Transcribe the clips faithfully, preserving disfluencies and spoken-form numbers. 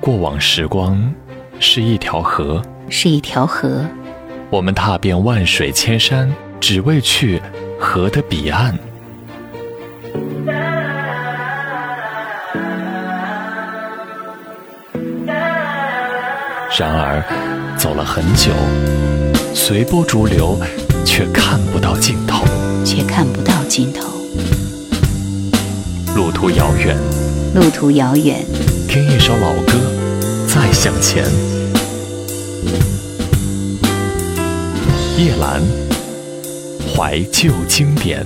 过往时光是一条河， 是一条河， 我们踏遍万水千山，只为去河的彼岸。然而走了很久，随波逐流，却看不到尽头， 却看不到尽头。 路途遥远， 路途遥远， 听一首老歌，再向前。叶兰，怀旧经典。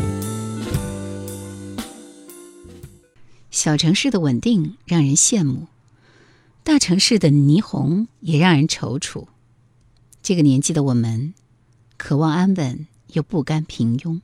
小城市的稳定让人羡慕，大城市的霓虹也让人踌躇。这个年纪的我们，渴望安稳，又不甘平庸。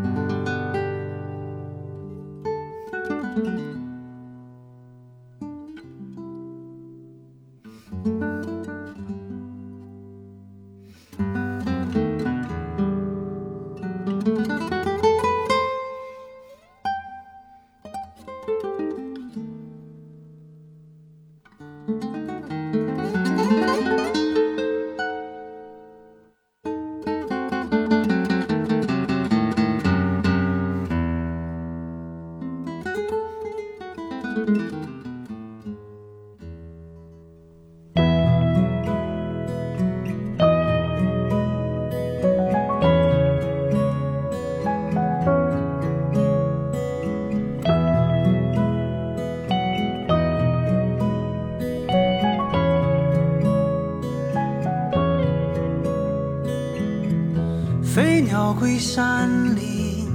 飞鸟归山林，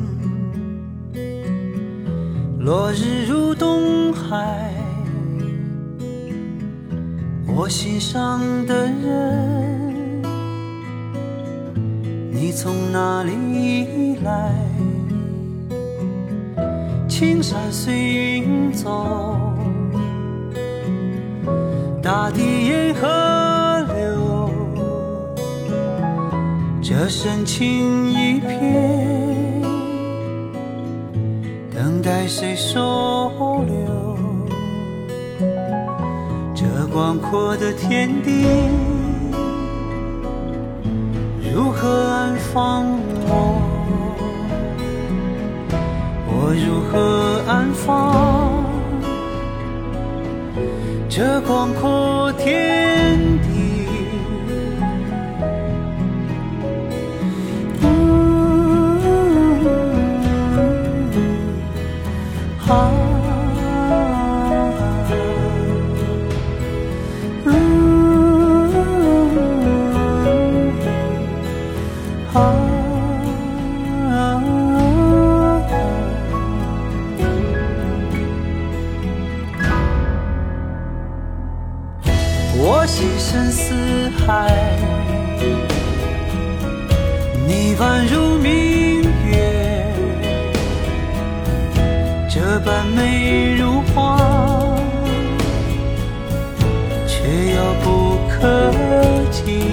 落日入东海。我心上的人，你从哪里来？青山随云走，大地沿河流，这深情一片，等待谁收留？这广阔的天地，如何安放我？我如何安放这广阔天地？我心深似海，你宛如明月，这般美如画，却遥不可及。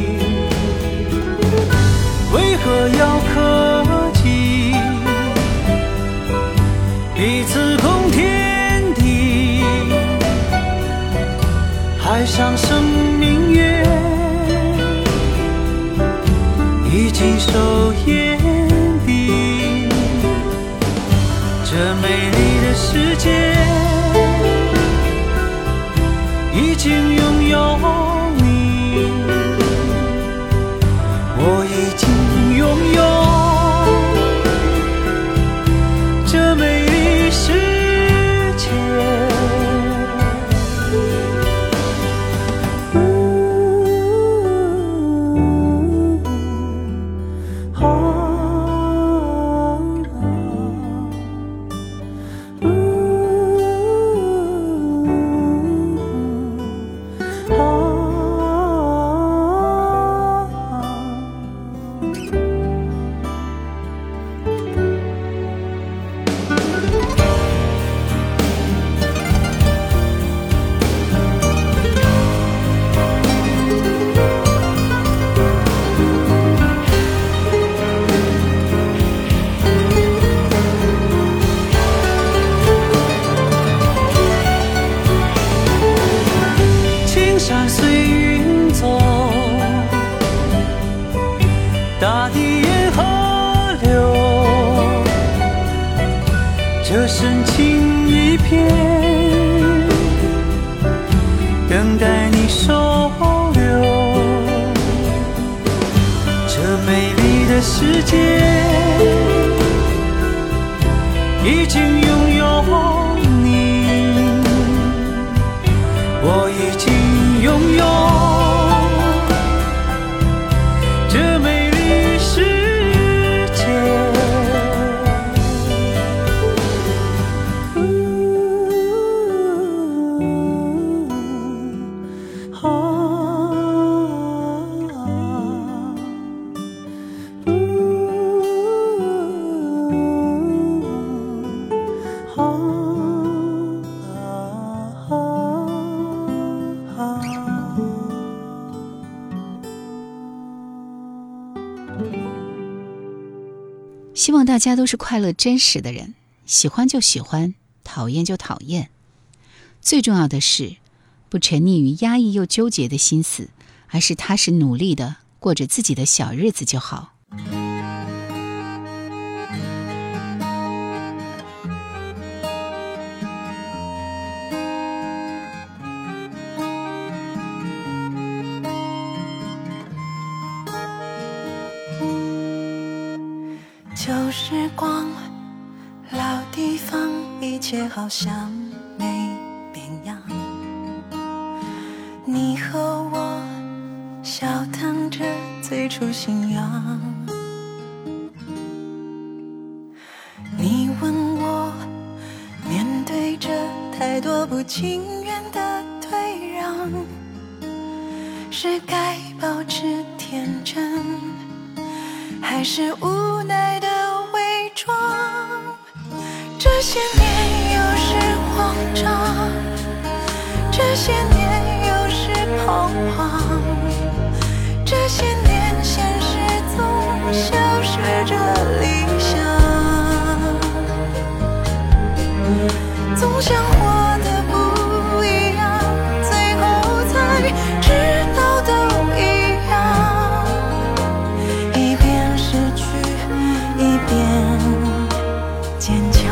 为何要客气？彼此共天地，海上生明月，已经收眼底。这美丽的世界，已经拥有你，我已经拥有这美丽世界。哦尽一片，等待你收留。这美丽的世界已经拥有你，我已经拥有这美丽世界。 希望大家都是快乐真实的人，喜欢就喜欢，讨厌就讨厌。最重要的是，不沉溺于压抑又纠结的心思，而是踏实努力地过着自己的小日子就好。 旧时光，老地方，一切好像没变样。你和我笑谈着最初信仰。你问我，面对着太多不情愿的退让，是该保持天真，还是无奈的伪装？这些年有时慌张，这些年有时彷徨，这些年现实总消失着理想，总想活得不一样，最后才知道都一样，一边失去一边坚强。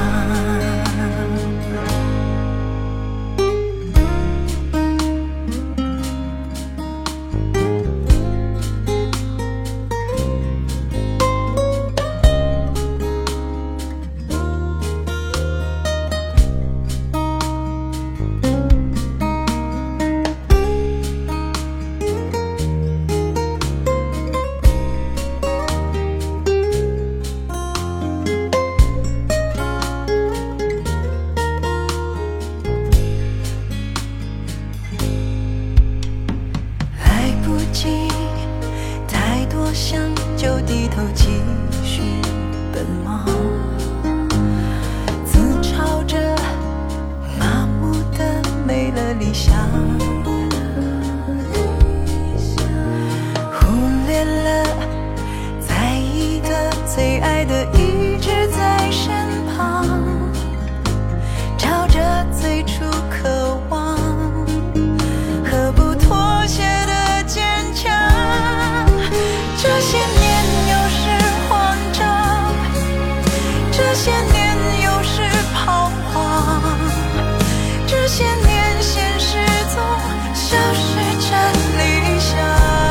就低头继续奔忙，自嘲着麻木的没了理想，忽略了在意的最爱的一直在身旁，朝着最初渴望和不妥协的坚强。这些年有时慌张，这些年有时彷徨，这些年现实总消失着理想，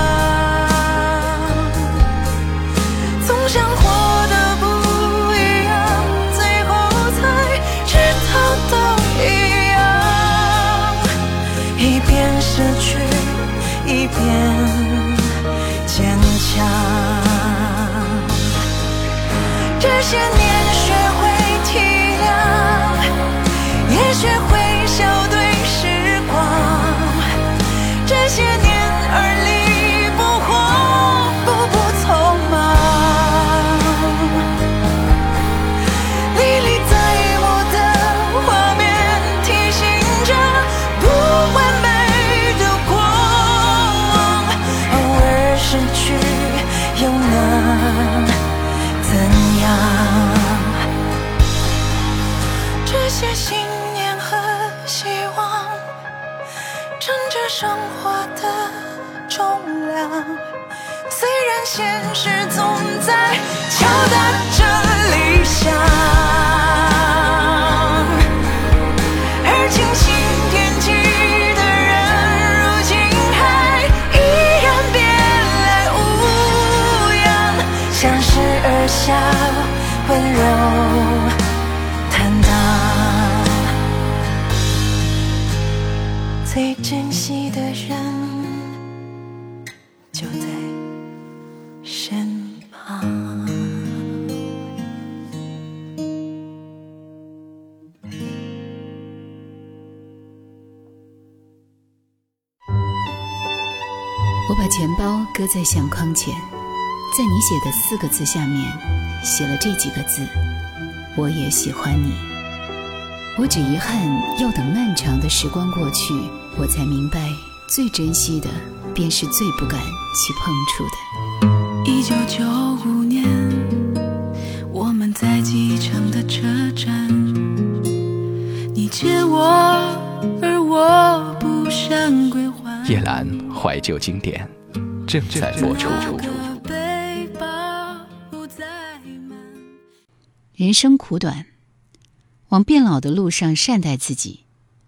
总想活得不一样，最后才知道都一样，一边失去一边坚强。这些年学会体谅，也学会笑对时光，这些年而立不慌，步步匆忙，历历在目的画面提醒着不完美的过往，偶尔失去又能怎样？这些信念和希望，撑着生活的重量，虽然现实总在敲打着理想。 温柔坦荡，最珍惜的人就在身旁。 我把钱包搁在相框前，在你写的四个字下面写了这几个字：我也喜欢你。我只遗憾要等漫长的时光过去，我才明白最珍惜的便是最不敢去碰触的。 一九九五年，我们在机场的车站，你接我，而我不想归还。 夜阑怀旧经典正在播出。 人生苦短，往变老的路上善待自己。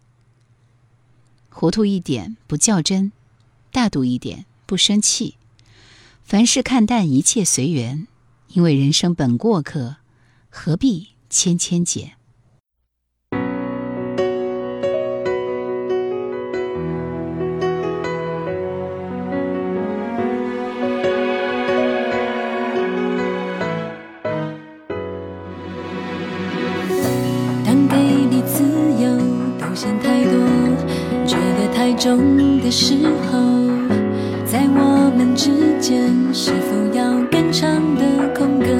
糊涂一点不较真，大度一点不生气，凡事看淡，一切随缘，因为人生本过客，何必千千结。 重的时候，在我们之间是否要更长的空格？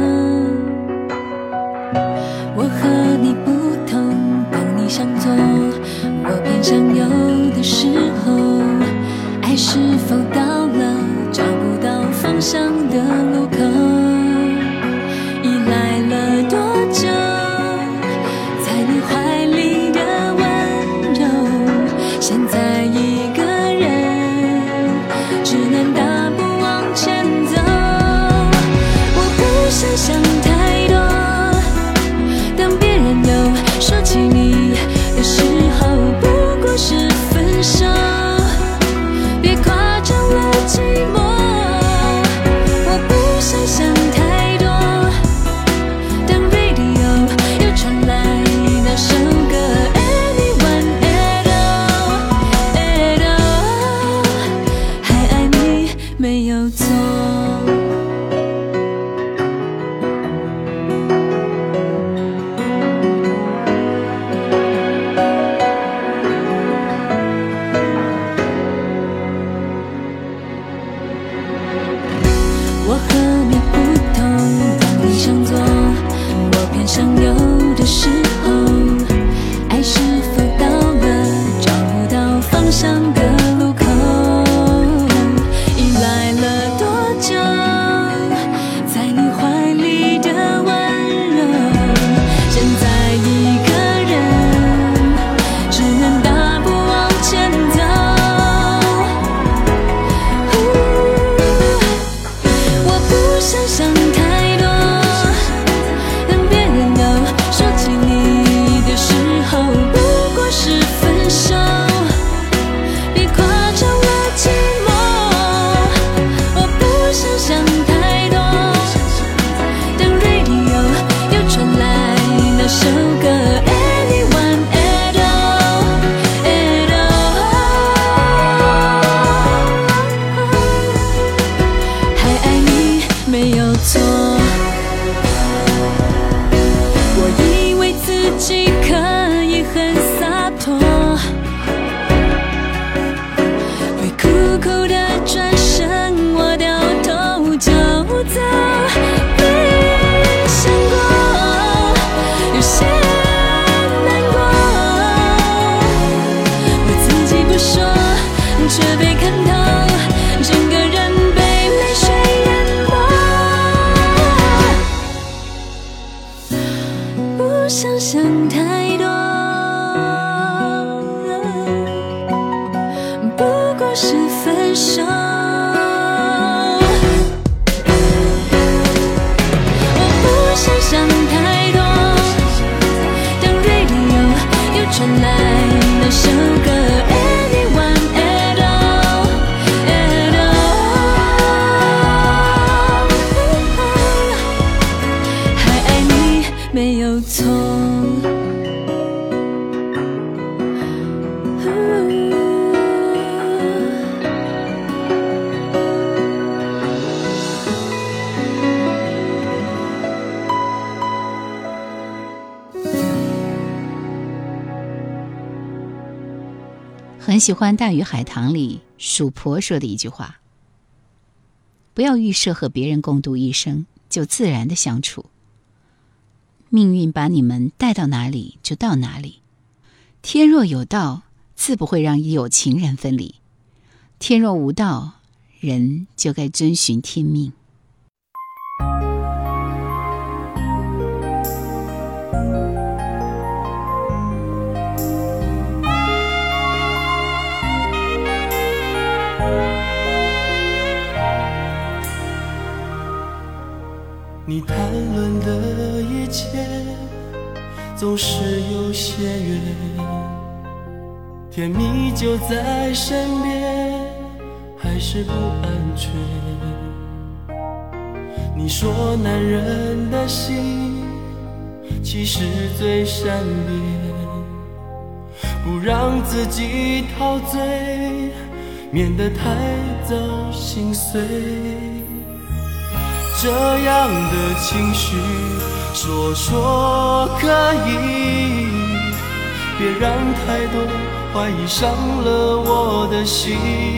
我和你不同，当你向左，我偏向右的时候，爱是否到了找不到方向的路口？依赖了多久，在你怀里的温柔，现在一个人只能大步往前走。我不想想太多，当别人又说起你的时候，不过是分手，别夸张了寂寞。我不想想太多，当 radio 又传来那首歌 Anyone at all at all， 还爱你没有错。我和你不同，当你向左，我偏向右的时候，爱是否到了找不到方向的路口？依赖了多久，在你怀里的温柔，现在一个人只能大步往前走。我不想想太多，当别人又说起你的时候，不过是分手， 很喜欢《大鱼海棠》里鼠婆说的一句话：不要预设和别人共度一生，就自然的相处。命运把你们带到哪里就到哪里，天若有道，自不会让有情人分离；天若无道，人就该遵循天命。 你谈论的一切总是有些远，甜蜜就在身边，还是不安全。你说男人的心其实最善变，不让自己陶醉，免得太早心碎。这样的情绪说说可以，别让太多怀疑伤了我的心。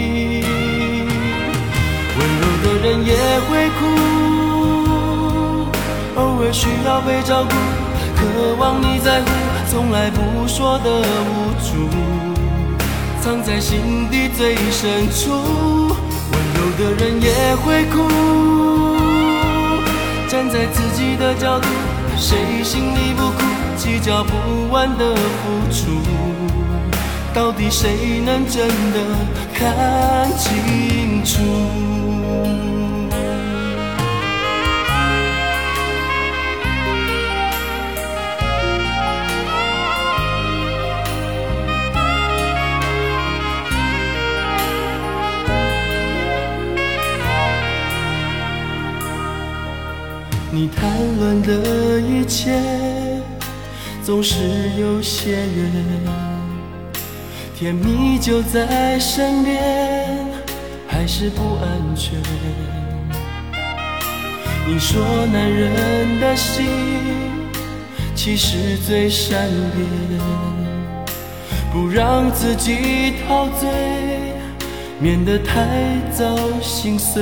温柔的人也会哭，偶尔需要被照顾，渴望你在乎，从来不说的无助，藏在心底最深处。温柔的人也会哭，站在自己的角度，谁心里不苦，计较不完的付出，到底谁能真的看清楚？你谈论的一切总是有些远，甜蜜就在身边，还是不安全。你说男人的心其实最善变，不让自己陶醉，免得太早心碎。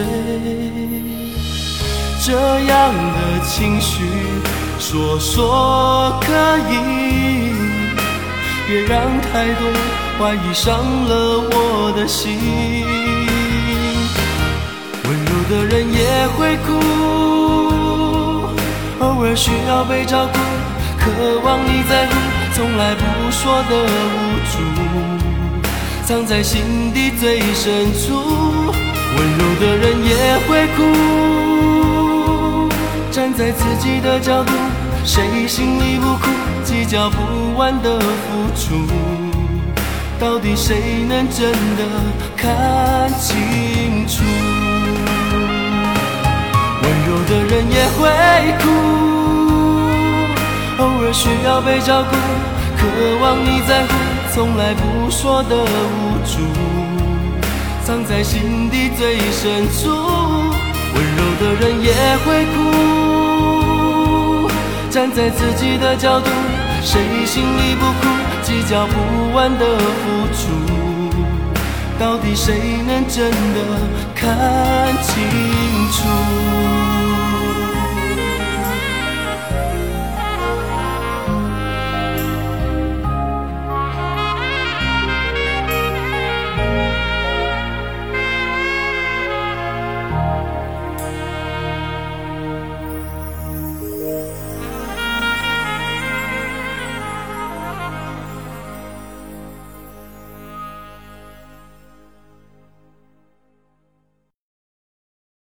这样的情绪说说可以，别让太多怀疑伤了我的心。温柔的人也会哭，偶尔需要被照顾，渴望你在乎，从来不说的无助，藏在心底最深处。温柔的人也会哭，站在自己的角度，谁心里不苦，计较不完的付出，到底谁能真的看清楚？温柔的人也会哭，偶尔需要被照顾，渴望你在乎，从来不说的无助，藏在心底最深处。温柔的人也会哭，站在自己的角度，谁心里不苦，计较不完的付出，到底谁能真的看清楚？